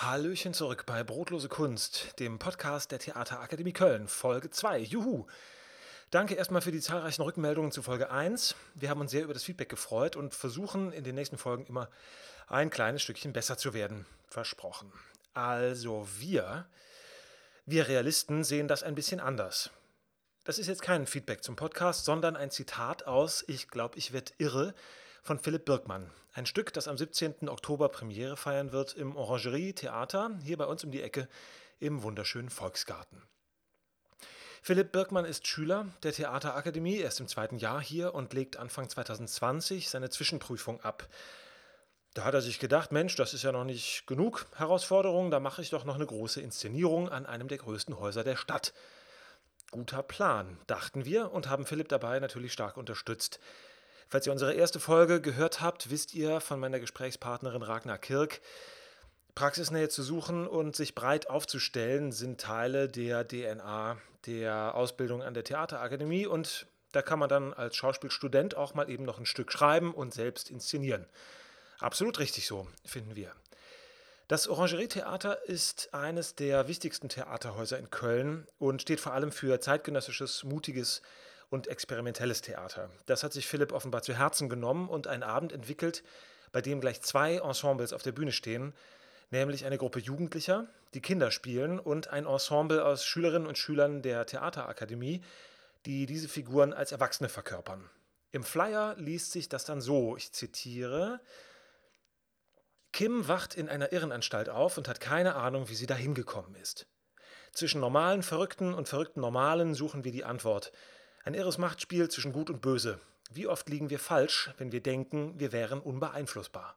Hallöchen zurück bei Brotlose Kunst, dem Podcast der Theaterakademie Köln, Folge 2. Juhu! Danke erstmal für die zahlreichen Rückmeldungen zu Folge 1. Wir haben uns sehr über das Feedback gefreut und versuchen in den nächsten Folgen immer ein kleines Stückchen besser zu werden. Versprochen. Also wir Realisten sehen das ein bisschen anders. Das ist jetzt kein Feedback zum Podcast, sondern ein Zitat aus Ich glaube, ich werd irre von Philipp Birkmann. Ein Stück, das am 17. Oktober Premiere feiern wird im Orangerie Theater, hier bei uns um die Ecke im wunderschönen Volksgarten. Philipp Birkmann ist Schüler der Theaterakademie, er ist im 2. Jahr hier und legt Anfang 2020 seine Zwischenprüfung ab. Da hat er sich gedacht, Mensch, das ist ja noch nicht genug Herausforderung, da mache ich doch noch eine große Inszenierung an einem der größten Häuser der Stadt. Guter Plan, dachten wir und haben Philipp dabei natürlich stark unterstützt. Falls ihr unsere erste Folge gehört habt, wisst ihr von meiner Gesprächspartnerin Ragnar Kirk, Praxisnähe zu suchen und sich breit aufzustellen sind Teile der DNA der Ausbildung an der Theaterakademie und da kann man dann als Schauspielstudent auch mal eben noch ein Stück schreiben und selbst inszenieren. Absolut richtig so, finden wir. Das Orangerie-Theater ist eines der wichtigsten Theaterhäuser in Köln und steht vor allem für zeitgenössisches, mutiges und experimentelles Theater. Das hat sich Philipp offenbar zu Herzen genommen und einen Abend entwickelt, bei dem gleich 2 Ensembles auf der Bühne stehen, nämlich eine Gruppe Jugendlicher, die Kinder spielen, und ein Ensemble aus Schülerinnen und Schülern der Theaterakademie, die diese Figuren als Erwachsene verkörpern. Im Flyer liest sich das dann so, ich zitiere: Kim wacht in einer Irrenanstalt auf und hat keine Ahnung, wie sie da hingekommen ist. Zwischen normalen Verrückten und verrückten Normalen suchen wir die Antwort. Ein irres Machtspiel zwischen Gut und Böse. Wie oft liegen wir falsch, wenn wir denken, wir wären unbeeinflussbar?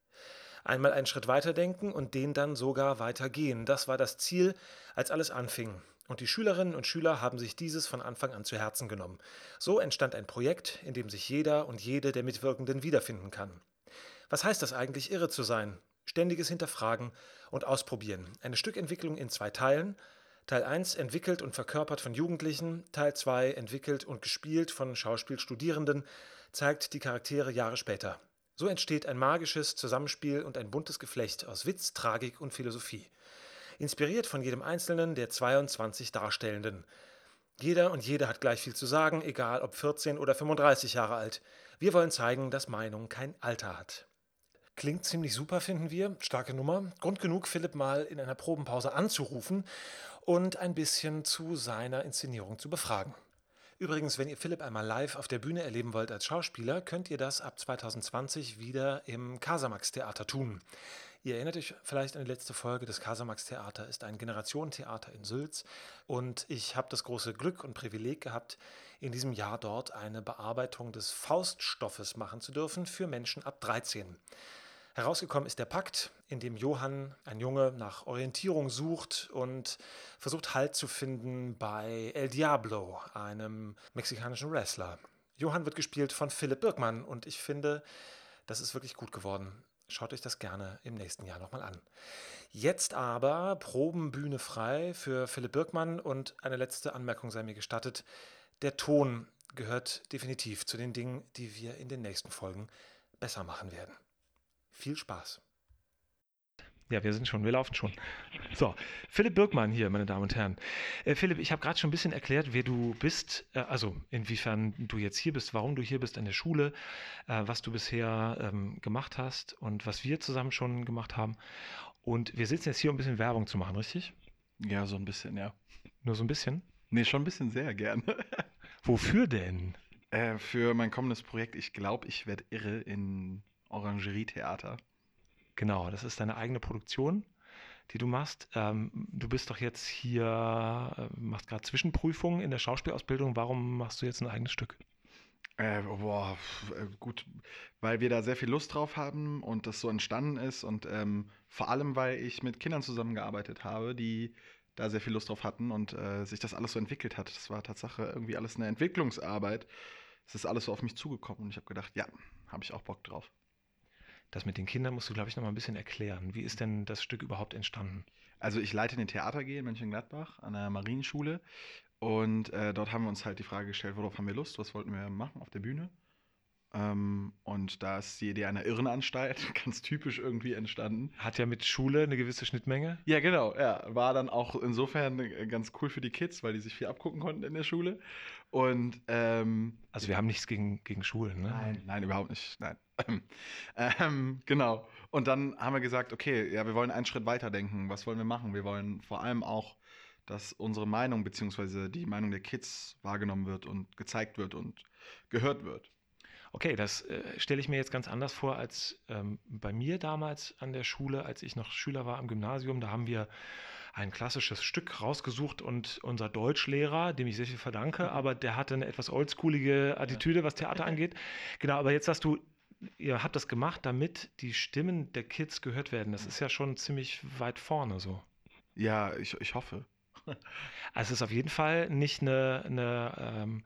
Einmal einen Schritt weiterdenken und den dann sogar weitergehen. Das war das Ziel, als alles anfing. Und die Schülerinnen und Schüler haben sich dieses von Anfang an zu Herzen genommen. So entstand ein Projekt, in dem sich jeder und jede der Mitwirkenden wiederfinden kann. Was heißt das eigentlich, irre zu sein? Ständiges Hinterfragen und Ausprobieren. Eine Stückentwicklung in 2 Teilen. Teil 1 entwickelt und verkörpert von Jugendlichen, Teil 2 entwickelt und gespielt von Schauspielstudierenden, zeigt die Charaktere Jahre später. So entsteht ein magisches Zusammenspiel und ein buntes Geflecht aus Witz, Tragik und Philosophie. Inspiriert von jedem einzelnen der 22 Darstellenden. Jeder und jede hat gleich viel zu sagen, egal ob 14 oder 35 Jahre alt. Wir wollen zeigen, dass Meinung kein Alter hat. Klingt ziemlich super, finden wir. Starke Nummer. Grund genug, Philipp mal in einer Probenpause anzurufen und ein bisschen zu seiner Inszenierung zu befragen. Übrigens, wenn ihr Philipp einmal live auf der Bühne erleben wollt als Schauspieler, könnt ihr das ab 2020 wieder im Casamax-Theater tun. Ihr erinnert euch vielleicht an die letzte Folge. Das Casamax-Theater ist ein Generationentheater in Sülz und ich habe das große Glück und Privileg gehabt, in diesem Jahr dort eine Bearbeitung des Fauststoffes machen zu dürfen für Menschen ab 13. Herausgekommen ist der Pakt, in dem Johann, ein Junge, nach Orientierung sucht und versucht Halt zu finden bei El Diablo, einem mexikanischen Wrestler. Johann wird gespielt von Philipp Birkmann und ich finde, das ist wirklich gut geworden. Schaut euch das gerne im nächsten Jahr nochmal an. Jetzt aber Probenbühne frei für Philipp Birkmann und eine letzte Anmerkung sei mir gestattet. Der Ton gehört definitiv zu den Dingen, die wir in den nächsten Folgen besser machen werden. Viel Spaß. Ja, wir laufen schon. So, Philipp Birkmann hier, meine Damen und Herren. Philipp, ich habe gerade schon ein bisschen erklärt, wer du bist, also inwiefern du jetzt hier bist, warum du hier bist an der Schule, was du bisher gemacht hast und was wir zusammen schon gemacht haben. Und wir sitzen jetzt hier, um ein bisschen Werbung zu machen, richtig? Ja, so ein bisschen, ja. Nur so ein bisschen? Nee, schon ein bisschen sehr gerne. Wofür denn? Für mein kommendes Projekt, ich glaube, ich werde irre in Orangerie-Theater. Genau, das ist deine eigene Produktion, die du machst. Du bist doch jetzt hier, machst gerade Zwischenprüfungen in der Schauspielausbildung. Warum machst du jetzt ein eigenes Stück? Gut, weil wir da sehr viel Lust drauf haben und das so entstanden ist und vor allem, weil ich mit Kindern zusammengearbeitet habe, die da sehr viel Lust drauf hatten und sich das alles so entwickelt hat. Das war Tatsache irgendwie alles eine Entwicklungsarbeit. Es ist alles so auf mich zugekommen und ich habe gedacht, ja, habe ich auch Bock drauf. Das mit den Kindern musst du, glaube ich, noch mal ein bisschen erklären. Wie ist denn das Stück überhaupt entstanden? Also ich leite den Theater AG in Mönchengladbach an der Marienschule und dort haben wir uns halt die Frage gestellt, worauf haben wir Lust, was wollten wir machen auf der Bühne. Und da ist die Idee einer Irrenanstalt ganz typisch irgendwie entstanden. Hat ja mit Schule eine gewisse Schnittmenge. Ja, genau, ja. War dann auch insofern ganz cool für die Kids, weil die sich viel abgucken konnten in der Schule. Und Also wir haben nichts gegen Schulen, ne? nein, überhaupt nicht. Nein. Genau. Und dann haben wir gesagt, okay, ja, wir wollen einen Schritt weiter denken. Was wollen wir machen? Wir wollen vor allem auch, dass unsere Meinung beziehungsweise die Meinung der Kids wahrgenommen wird und gezeigt wird und gehört wird. Okay, das stelle ich mir jetzt ganz anders vor als bei mir damals an der Schule, als ich noch Schüler war am Gymnasium. Da haben wir ein klassisches Stück rausgesucht und unser Deutschlehrer, dem ich sehr viel verdanke, aber der hatte eine etwas oldschoolige Attitüde, was Theater angeht. Genau, aber jetzt sagst du, ihr habt das gemacht, damit die Stimmen der Kids gehört werden. Das ist ja schon ziemlich weit vorne so. Ja, ich hoffe. Also es ist auf jeden Fall nicht eine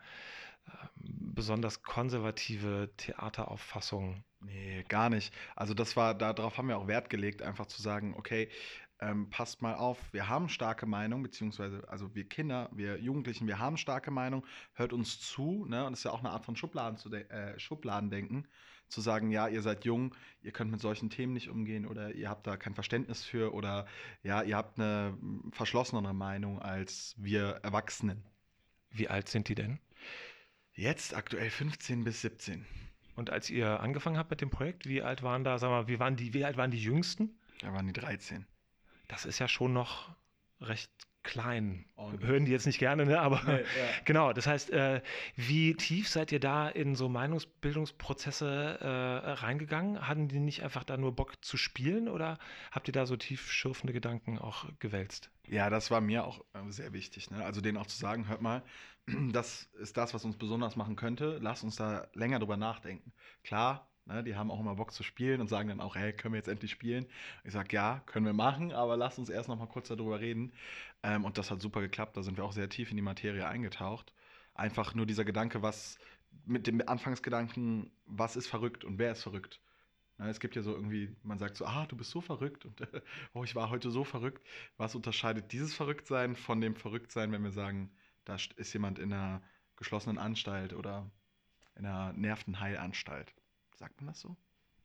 besonders konservative Theaterauffassung. Nee, gar nicht. Also darauf haben wir auch Wert gelegt, einfach zu sagen, okay, passt mal auf, wir haben starke Meinung, beziehungsweise, also wir Kinder, wir Jugendlichen, wir haben starke Meinung, hört uns zu, ne? Und das ist ja auch eine Art von Schubladendenken, zu sagen, ja, ihr seid jung, ihr könnt mit solchen Themen nicht umgehen oder ihr habt da kein Verständnis für oder ja, ihr habt eine verschlossenere Meinung als wir Erwachsenen. Wie alt sind die denn? Jetzt aktuell 15 bis 17. Und als ihr angefangen habt mit dem Projekt, wie alt waren da, sag mal, wie alt waren die Jüngsten? Da waren die 13. Das ist ja schon noch recht klein. Und Hören die jetzt nicht gerne, ne? Aber nee, ja. genau, das heißt, wie tief seid ihr da in so Meinungsbildungsprozesse reingegangen? Hatten die nicht einfach da nur Bock zu spielen oder habt ihr da so tiefschürfende Gedanken auch gewälzt? Ja, das war mir auch sehr wichtig, ne? Also denen auch zu sagen, hört mal, das ist das, was uns besonders machen könnte. Lasst uns da länger drüber nachdenken. Klar, ne, die haben auch immer Bock zu spielen und sagen dann auch, hey, können wir jetzt endlich spielen? Ich sage, ja, können wir machen, aber lasst uns erst noch mal kurz darüber reden. Und das hat super geklappt. Da sind wir auch sehr tief in die Materie eingetaucht. Einfach nur dieser Gedanke, was mit dem Anfangsgedanken, was ist verrückt und wer ist verrückt? Ne, es gibt ja so irgendwie, man sagt so, du bist so verrückt und oh, ich war heute so verrückt. Was unterscheidet dieses Verrücktsein von dem Verrücktsein, wenn wir sagen, da ist jemand in einer geschlossenen Anstalt oder in einer Nervenheilanstalt? Sagt man das so?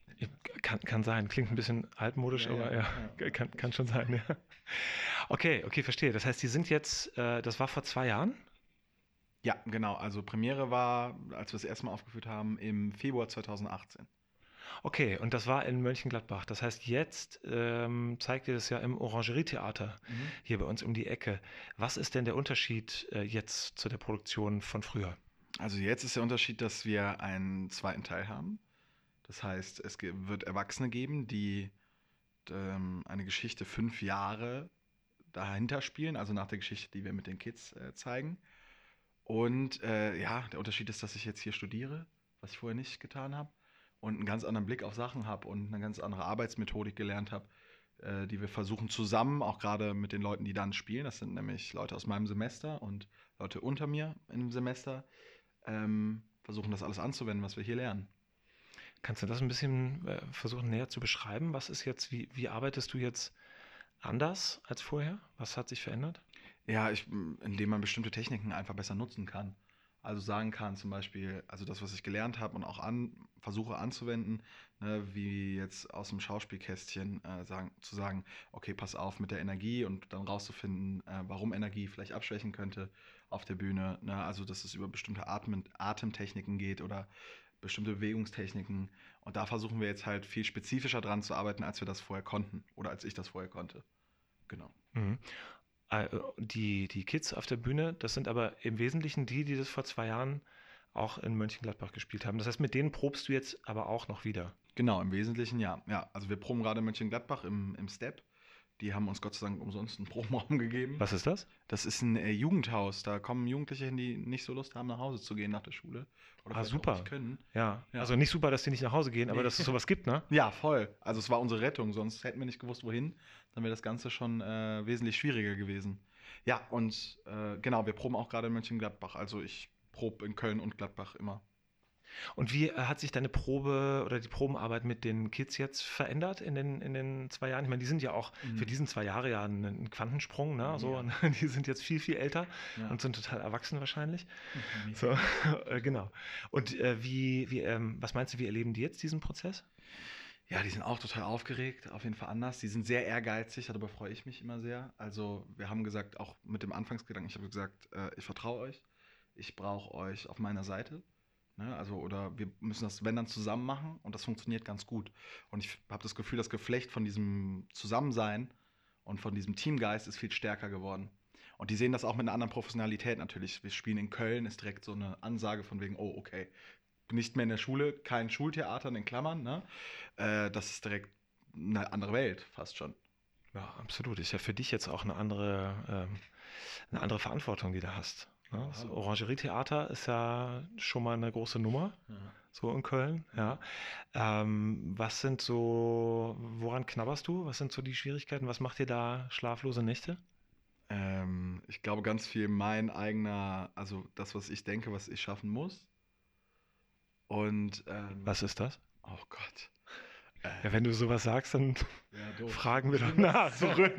Kann sein, klingt ein bisschen altmodisch, aber ja, kann schon sein, ja. Okay, verstehe. Das heißt, die sind jetzt, das war vor 2 Jahren? Ja, genau. Also Premiere war, als wir das erste Mal aufgeführt haben, im Februar 2018. Okay, und das war in Mönchengladbach. Das heißt, jetzt zeigt ihr das ja im Orangerietheater hier bei uns um die Ecke. Was ist denn der Unterschied jetzt zu der Produktion von früher? Also jetzt ist der Unterschied, dass wir einen zweiten Teil haben. Das heißt, wird Erwachsene geben, die eine Geschichte 5 Jahre dahinter spielen, also nach der Geschichte, die wir mit den Kids zeigen. Und ja, der Unterschied ist, dass ich jetzt hier studiere, was ich vorher nicht getan habe, und einen ganz anderen Blick auf Sachen habe und eine ganz andere Arbeitsmethodik gelernt habe, die wir versuchen zusammen, auch gerade mit den Leuten, die dann spielen, das sind nämlich Leute aus meinem Semester und Leute unter mir im Semester, versuchen das alles anzuwenden, was wir hier lernen. Kannst du das ein bisschen versuchen näher zu beschreiben? Was ist jetzt, wie arbeitest du jetzt anders als vorher? Was hat sich verändert? Ja, indem man bestimmte Techniken einfach besser nutzen kann. Also sagen kann zum Beispiel, also das, was ich gelernt habe und auch versuche anzuwenden, ne, wie jetzt aus dem Schauspielkästchen zu sagen, okay, pass auf mit der Energie und dann rauszufinden, warum Energie vielleicht abschwächen könnte auf der Bühne. Ne, also dass es über bestimmte Atemtechniken geht oder bestimmte Bewegungstechniken. Und da versuchen wir jetzt halt viel spezifischer dran zu arbeiten, als wir das vorher konnten oder als ich das vorher konnte. Genau. Mhm. Die Kids auf der Bühne, das sind aber im Wesentlichen die das vor 2 Jahren auch in Mönchengladbach gespielt haben. Das heißt, mit denen probst du jetzt aber auch noch wieder. Genau, im Wesentlichen ja. Ja, also wir proben gerade in Mönchengladbach im Step. Die haben uns Gott sei Dank umsonst einen Probenraum gegeben. Was ist das? Das ist ein Jugendhaus. Da kommen Jugendliche hin, die nicht so Lust haben, nach Hause zu gehen nach der Schule. Oder vielleicht super. auch nicht können. Ja. Ja. Also nicht super, dass die nicht nach Hause gehen, aber dass es sowas gibt, ne? Ja, voll. Also es war unsere Rettung, sonst hätten wir nicht gewusst, wohin. Dann wäre das Ganze schon wesentlich schwieriger gewesen. Ja, und genau, wir proben auch gerade in Mönchengladbach. Also ich probe in Köln und Gladbach immer. Und wie hat sich deine Probe oder die Probenarbeit mit den Kids jetzt verändert in den 2 Jahren? Ich meine, die sind ja auch für diesen 2 Jahre ja ein Quantensprung, ne? So, Ja. die sind jetzt viel, viel älter Ja. und sind total erwachsen wahrscheinlich. Mega. So, genau. Und was meinst du, wie erleben die jetzt diesen Prozess? Ja, die sind auch total aufgeregt, auf jeden Fall anders. Die sind sehr ehrgeizig, darüber freue ich mich immer sehr. Also wir haben gesagt, auch mit dem Anfangsgedanken, ich habe gesagt, ich vertraue euch, ich brauche euch auf meiner Seite. Ne? Also, oder wir müssen das, wenn dann, zusammen machen und das funktioniert ganz gut. Und ich habe das Gefühl, das Geflecht von diesem Zusammensein und von diesem Teamgeist ist viel stärker geworden. Und die sehen das auch mit einer anderen Professionalität natürlich. Wir spielen in Köln, ist direkt so eine Ansage von wegen, oh, okay, nicht mehr in der Schule, kein Schultheater in den Klammern, ne? Das ist direkt eine andere Welt, fast schon. Ja, absolut. Ist ja für dich jetzt auch eine andere Verantwortung, die du hast. Ne? Ja, Das hallo. Orangerietheater ist ja schon mal eine große Nummer, Ja. so in Köln. Ja. Woran knabberst du? Was sind so die Schwierigkeiten? Was macht dir da schlaflose Nächte? Ich glaube, ganz viel mein eigener, also das, was ich denke, was ich schaffen muss. Und, Was ist das? oh Gott. Ja, wenn du sowas sagst, dann Ja, doof. fragen wir doch Schön, dass nach du zurück.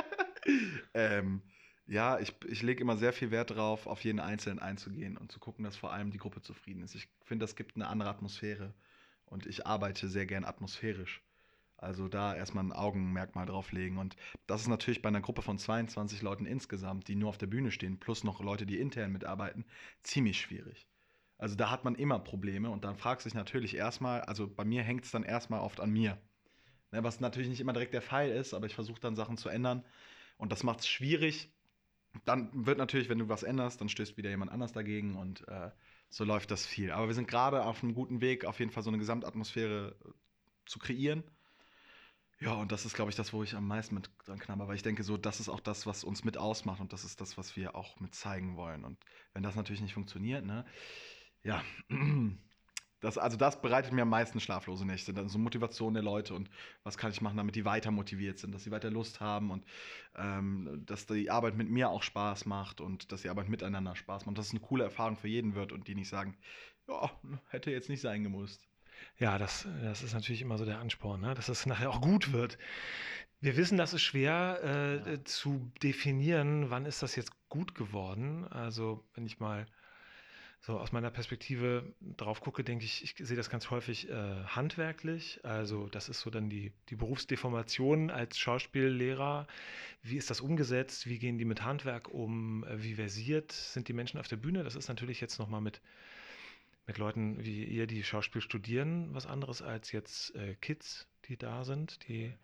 Ja, ich lege immer sehr viel Wert darauf, auf jeden Einzelnen einzugehen und zu gucken, dass vor allem die Gruppe zufrieden ist. Ich finde, das gibt eine andere Atmosphäre und ich arbeite sehr gern atmosphärisch. Also da erstmal ein Augenmerkmal drauf legen. Und das ist natürlich bei einer Gruppe von 22 Leuten insgesamt, die nur auf der Bühne stehen, plus noch Leute, die intern mitarbeiten, ziemlich schwierig. Also da hat man immer Probleme und dann fragst du dich natürlich erstmal, also bei mir hängt es dann erstmal oft an mir. Ne, was natürlich nicht immer direkt der Fall ist, aber ich versuche dann Sachen zu ändern und das macht es schwierig. Dann wird natürlich, wenn du was änderst, dann stößt wieder jemand anders dagegen und so läuft das viel. Aber wir sind gerade auf einem guten Weg, auf jeden Fall so eine Gesamtatmosphäre zu kreieren. Ja, und das ist, glaube ich, das, wo ich am meisten mit dran knabber, weil ich denke, so, das ist auch das, was uns mit ausmacht und das ist das, was wir auch mit zeigen wollen. Und wenn das natürlich nicht funktioniert, ne, ja, das bereitet mir am meisten schlaflose Nächte. Dann so Motivation der Leute und was kann ich machen, damit die weiter motiviert sind, dass sie weiter Lust haben und dass die Arbeit mit mir auch Spaß macht und dass die Arbeit miteinander Spaß macht. Und dass es eine coole Erfahrung für jeden wird und die nicht sagen, ja, hätte jetzt nicht sein gemusst. Ja, das ist natürlich immer so der Ansporn, ne? Dass es nachher auch gut wird. Wir wissen, das ist schwer zu definieren, wann ist das jetzt gut geworden. Also wenn ich mal so aus meiner Perspektive drauf gucke, denke ich, ich sehe das ganz häufig handwerklich. Also das ist so dann die Berufsdeformation als Schauspiellehrer. Wie ist das umgesetzt? Wie gehen die mit Handwerk um? Wie versiert sind die Menschen auf der Bühne? Das ist natürlich jetzt nochmal mit Leuten wie ihr, die Schauspiel studieren, was anderes als jetzt Kids, die da sind.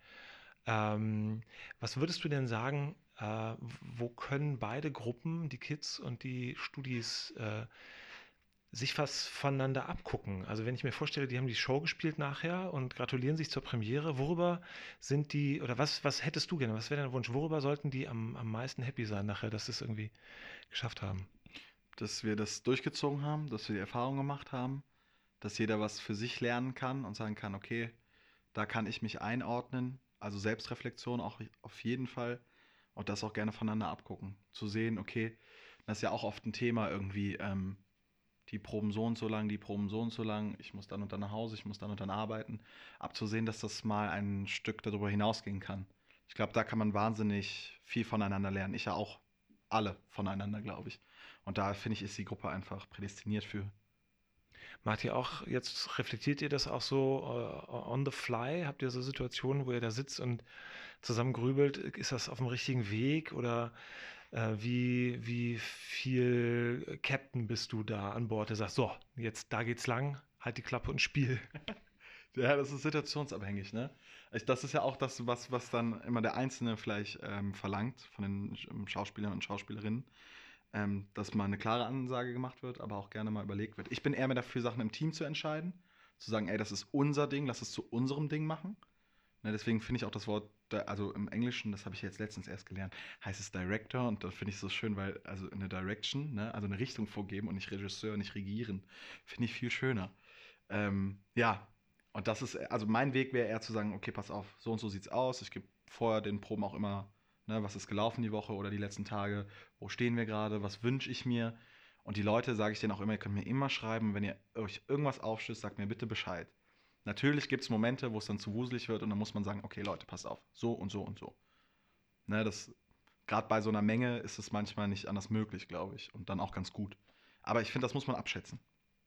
Was würdest du denn sagen, wo können beide Gruppen, die Kids und die Studis, sich was voneinander abgucken? Also wenn ich mir vorstelle, die haben die Show gespielt nachher und gratulieren sich zur Premiere, worüber sind die, oder was hättest du gerne, was wäre dein Wunsch, worüber sollten die am meisten happy sein nachher, dass sie es irgendwie geschafft haben? Dass wir das durchgezogen haben, dass wir die Erfahrung gemacht haben, dass jeder was für sich lernen kann und sagen kann, okay, da kann ich mich einordnen. Also Selbstreflexion auch auf jeden Fall und das auch gerne voneinander abgucken. Zu sehen, okay, das ist ja auch oft ein Thema irgendwie, die Proben so und so lang, die Proben so und so lang, ich muss dann und dann nach Hause, ich muss dann und dann arbeiten. Abzusehen, dass das mal ein Stück darüber hinausgehen kann. Ich glaube, da kann man wahnsinnig viel voneinander lernen. Ich ja auch alle voneinander, glaube ich. Und da finde ich, ist die Gruppe einfach prädestiniert für. Macht ihr auch, jetzt reflektiert ihr das auch so on the fly? Habt ihr so Situationen, wo ihr da sitzt und zusammen grübelt, ist das auf dem richtigen Weg oder wie viel Captain bist du da an Bord, der sagt, so, jetzt da geht's lang, halt die Klappe und spiel. Ja, das ist situationsabhängig, ne? Das ist ja auch das, was dann immer der Einzelne vielleicht verlangt von den Schauspielern und Schauspielerinnen, dass mal eine klare Ansage gemacht wird, aber auch gerne mal überlegt wird. Ich bin eher mehr dafür, Sachen im Team zu entscheiden, zu sagen, ey, das ist unser Ding, lass es zu unserem Ding machen. Ne, deswegen finde ich auch das Wort, also im Englischen, das habe ich jetzt letztens erst gelernt, heißt es Director und das finde ich so schön, weil, also eine Direction, ne, also eine Richtung vorgeben und nicht Regisseur, nicht regieren, finde ich viel schöner. Ja, und das ist, also mein Weg wäre eher zu sagen, okay, pass auf, so und so sieht's aus. Ich gebe vorher den Proben auch immer, ne, was ist gelaufen die Woche oder die letzten Tage, wo stehen wir gerade, was wünsche ich mir Und die Leute, sage ich denen auch immer, ihr könnt mir immer schreiben, wenn ihr euch irgendwas aufstößt, sagt mir bitte Bescheid. Natürlich gibt es Momente, wo es dann zu wuselig wird und dann muss man sagen, okay Leute, passt auf, so und so und so. Ne, gerade bei so einer Menge ist es manchmal nicht anders möglich, glaube ich. Und dann auch ganz gut. Aber ich finde, das muss man abschätzen.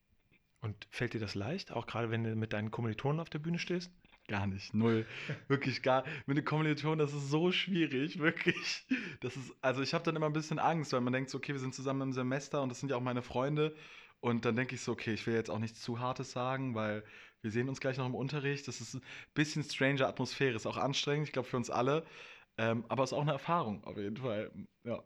Und fällt dir das leicht, auch gerade wenn du mit deinen Kommilitonen auf der Bühne stehst? Gar nicht, null. Wirklich gar. Mit den Kommilitonen, das ist so schwierig, wirklich. Also ich habe dann immer ein bisschen Angst, weil man denkt so, okay, wir sind zusammen im Semester und das sind ja auch meine Freunde. Und dann denke ich so, okay, ich will jetzt auch nichts zu Hartes sagen, weil wir sehen uns gleich noch im Unterricht. Das ist ein bisschen strange Atmosphäre, ist auch anstrengend, ich glaube für uns alle. Aber es ist auch eine Erfahrung, auf jeden Fall. Ja.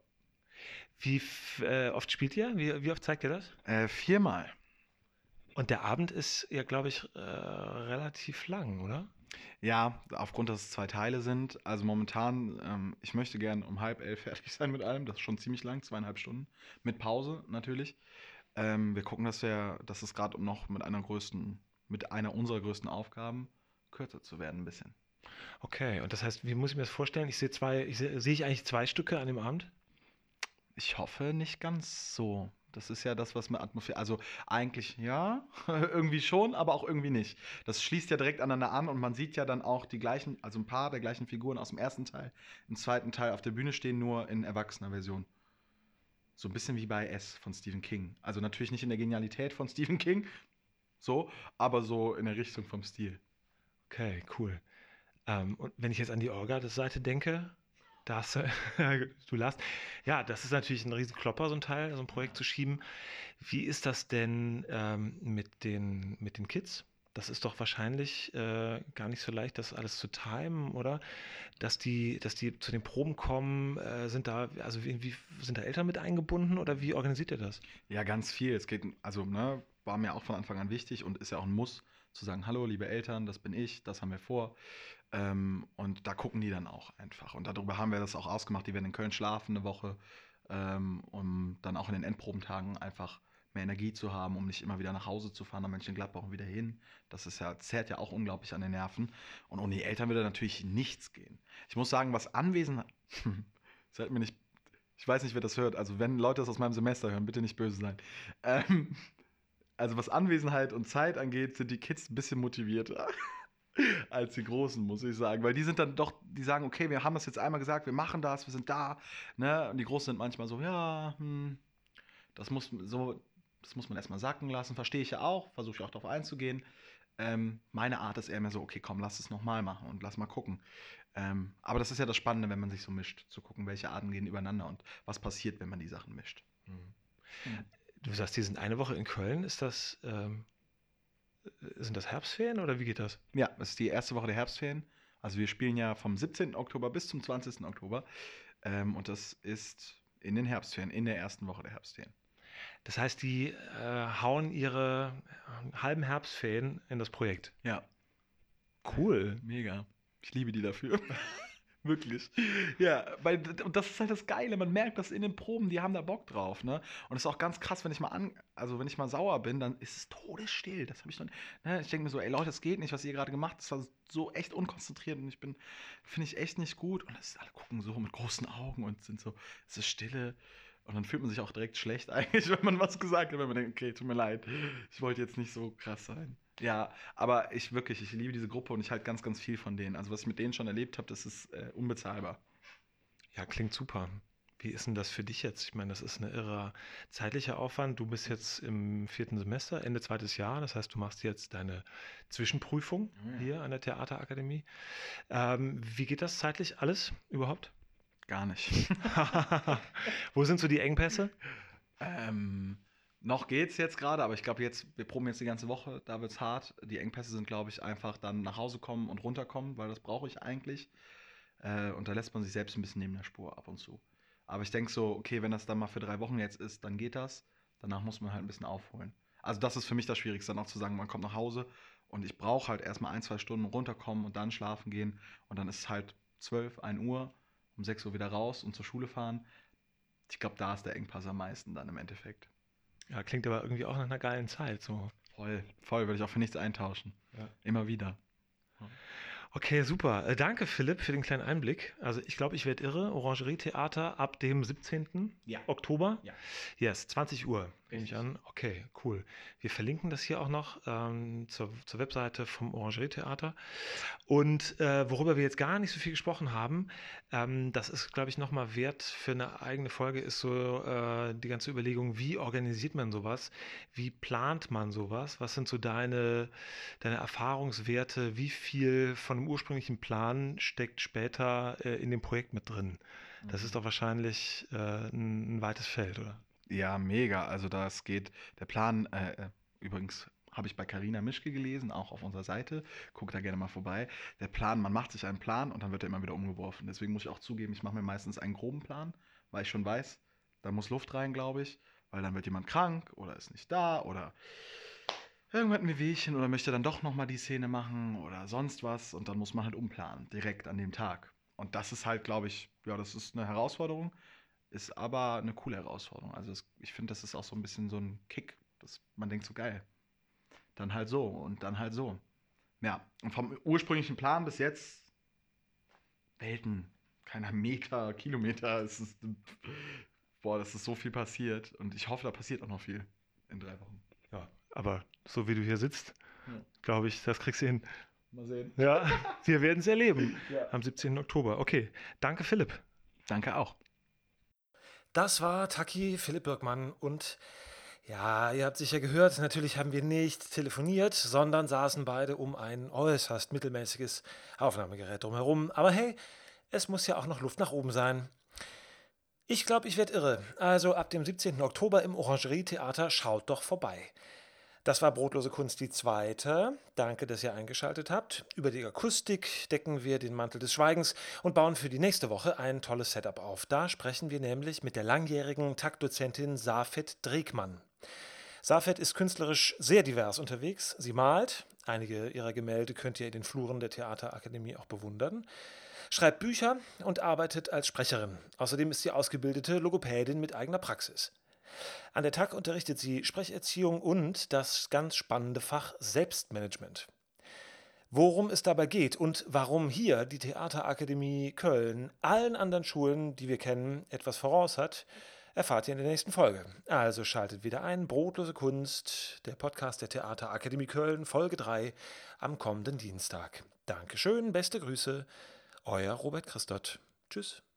Wie oft spielt ihr? Wie oft zeigt ihr das? 4-mal. Und der Abend ist ja, glaube ich, relativ lang, oder? Ja, aufgrund, dass es 2 Teile sind. Also momentan, ich möchte gern um 10:30 fertig sein mit allem. Das ist schon ziemlich lang, 2,5 Stunden. Mit Pause natürlich. Wir gucken, dass es gerade noch mit einer unserer größten Aufgaben kürzer zu werden ein bisschen. Okay, und das heißt, wie muss ich mir das vorstellen? Sehe ich eigentlich 2 Stücke an dem Abend? Ich hoffe nicht ganz so. Das ist ja das, was mit Atmosphäre. Also eigentlich ja, irgendwie schon, aber auch irgendwie nicht. Das schließt ja direkt aneinander an und man sieht ja dann auch also ein paar der gleichen Figuren aus dem ersten Teil, im zweiten Teil auf der Bühne stehen, nur in erwachsener Version. So ein bisschen wie bei S von Stephen King. Also natürlich nicht in der Genialität von Stephen King, so, aber so in der Richtung vom Stil. Okay, cool. Und wenn ich jetzt an die Orga-Seite denke, da hast du, du lachst. Ja, das ist natürlich ein Riesenklopper, so ein Teil, so ein Projekt zu schieben. Wie ist das denn mit den Kids? Das ist doch wahrscheinlich gar nicht so leicht, das alles zu timen, oder? Dass die zu den Proben kommen, sind da Eltern mit eingebunden oder wie organisiert ihr das? Ja, ganz viel. Es geht, also, ne, war mir auch von Anfang an wichtig und ist ja auch ein Muss, zu sagen, hallo, liebe Eltern, das bin ich, das haben wir vor. Und da gucken die dann auch einfach. Und darüber haben wir das auch ausgemacht. Die werden in Köln schlafen eine Woche, um dann auch in den Endprobentagen einfach mehr Energie zu haben, um nicht immer wieder nach Hause zu fahren, nach Mönchengladbach und wieder hin. Zehrt ja auch unglaublich an den Nerven. Und ohne die Eltern würde natürlich nichts gehen. Ich muss sagen, was Anwesenheit, seid mir nicht, ich weiß nicht, wer das hört, also wenn Leute das aus meinem Semester hören, bitte nicht böse sein. Also was Anwesenheit und Zeit angeht, sind die Kids ein bisschen motivierter als die Großen, muss ich sagen. Weil die sind dann doch, die sagen, okay, wir haben das jetzt einmal gesagt, wir machen das, wir sind da. Ne? Und die Großen sind manchmal so, ja, das muss man erstmal sacken lassen, verstehe ich ja auch, versuche ich auch darauf einzugehen. Meine Art ist eher mehr so, okay, komm, lass es nochmal machen und lass mal gucken. Aber das ist ja das Spannende, wenn man sich so mischt, zu gucken, welche Arten gehen übereinander und was passiert, wenn man die Sachen mischt. Mhm. Du sagst, die sind eine Woche in Köln. Sind das Herbstferien oder wie geht das? Ja, das ist die erste Woche der Herbstferien. Also wir spielen ja vom 17. Oktober bis zum 20. Oktober. Und das ist in den Herbstferien, in der ersten Woche der Herbstferien. Das heißt, die hauen ihre halben Herbstferien in das Projekt. Ja. Cool. Mega. Ich liebe die dafür. Wirklich. Ja, und das ist halt das Geile. Man merkt das in den Proben, die haben da Bock drauf, ne? Und es ist auch ganz krass, wenn ich mal sauer bin, dann ist es todesstill. Das habe ich noch. Ne? Ich denke mir so, ey Leute, das geht nicht, was ihr gerade gemacht habt. Das war so echt unkonzentriert und finde ich echt nicht gut. Und alle gucken so mit großen Augen und sind so, es ist Stille. Und dann fühlt man sich auch direkt schlecht eigentlich, wenn man was gesagt hat, wenn man denkt, okay, tut mir leid, ich wollte jetzt nicht so krass sein. Ja, aber ich liebe diese Gruppe und ich halte ganz, ganz viel von denen. Also was ich mit denen schon erlebt habe, das ist unbezahlbar. Ja, klingt super. Wie ist denn das für dich jetzt? Ich meine, das ist ein irrer zeitlicher Aufwand. Du bist jetzt im 4. Semester, Ende 2. Jahr. Das heißt, du machst jetzt deine Zwischenprüfung hier an der Theaterakademie. Wie geht das zeitlich alles überhaupt? Gar nicht. Wo sind so die Engpässe? Noch geht's jetzt gerade, aber ich glaube wir proben jetzt die ganze Woche, da wird's hart. Die Engpässe sind, glaube ich, einfach dann nach Hause kommen und runterkommen, weil das brauche ich eigentlich. Und da lässt man sich selbst ein bisschen neben der Spur ab und zu. Aber ich denke so, okay, wenn das dann mal für 3 Wochen jetzt ist, dann geht das. Danach muss man halt ein bisschen aufholen. Also das ist für mich das Schwierigste, dann auch zu sagen, man kommt nach Hause und ich brauche halt erstmal 1, 2 Stunden runterkommen und dann schlafen gehen. Und dann ist es halt 12, 1 Uhr, um 6 Uhr wieder raus und zur Schule fahren. Ich glaube, da ist der Engpass am meisten dann im Endeffekt. Ja, klingt aber irgendwie auch nach einer geilen Zeit. So. Voll, würde ich auch für nichts eintauschen. Ja. Immer wieder. Okay, super. Danke, Philipp, für den kleinen Einblick. Also ich glaube, ich werde irre. Orangerie-Theater ab dem 17. Ja. Oktober. Ja. Yes, 20 Uhr. Nehme ich an. Okay, cool. Wir verlinken das hier auch noch zur Webseite vom Orangerie-Theater. Und worüber wir jetzt gar nicht so viel gesprochen haben, das ist, glaube ich, nochmal wert für eine eigene Folge, ist so die ganze Überlegung, wie organisiert man sowas? Wie plant man sowas? Was sind so deine Erfahrungswerte? Wie viel von dem ursprünglichen Plan steckt später in dem Projekt mit drin? Das ist doch wahrscheinlich ein weites Feld, oder? Ja, mega. Also das geht, der Plan, übrigens habe ich bei Carina Mischke gelesen, auch auf unserer Seite. Guck da gerne mal vorbei. Der Plan, man macht sich einen Plan und dann wird er immer wieder umgeworfen. Deswegen muss ich auch zugeben, ich mache mir meistens einen groben Plan, weil ich schon weiß, da muss Luft rein, glaube ich, weil dann wird jemand krank oder ist nicht da oder irgendwann ein Wehwehchen oder möchte dann doch nochmal die Szene machen oder sonst was und dann muss man halt umplanen, direkt an dem Tag. Und das ist halt, glaube ich, ja, das ist eine Herausforderung, ist aber eine coole Herausforderung. Also ich finde, das ist auch so ein bisschen so ein Kick, dass man denkt so geil. Dann halt so und dann halt so. Ja, und vom ursprünglichen Plan bis jetzt Welten, keiner Meter, Kilometer, boah, das ist so viel passiert und ich hoffe, da passiert auch noch viel in 3 Wochen. Ja, aber so wie du hier sitzt, Ja. glaube ich, das kriegst du hin. Mal sehen. Ja, wir werden es erleben Ja. am 17. Oktober. Okay, danke Philipp. Danke auch. Das war Taki, Philipp Birkmann und ja, ihr habt sicher gehört, natürlich haben wir nicht telefoniert, sondern saßen beide um ein äußerst mittelmäßiges Aufnahmegerät drumherum. Aber hey, es muss ja auch noch Luft nach oben sein. Ich glaube, ich werde irre. Also ab dem 17. Oktober im Orangerie-Theater schaut doch vorbei. Das war Brotlose Kunst die zweite. Danke, dass ihr eingeschaltet habt. Über die Akustik decken wir den Mantel des Schweigens und bauen für die nächste Woche ein tolles Setup auf. Da sprechen wir nämlich mit der langjährigen Taktdozentin Safet Dregmann. Safet ist künstlerisch sehr divers unterwegs. Sie malt, einige ihrer Gemälde könnt ihr in den Fluren der Theaterakademie auch bewundern, schreibt Bücher und arbeitet als Sprecherin. Außerdem ist sie ausgebildete Logopädin mit eigener Praxis. An der TAG unterrichtet sie Sprecherziehung und das ganz spannende Fach Selbstmanagement. Worum es dabei geht und warum hier die Theaterakademie Köln allen anderen Schulen, die wir kennen, etwas voraus hat, erfahrt ihr in der nächsten Folge. Also schaltet wieder ein. Brotlose Kunst, der Podcast der Theaterakademie Köln, Folge 3 am kommenden Dienstag. Dankeschön, beste Grüße, euer Robert Christoth. Tschüss.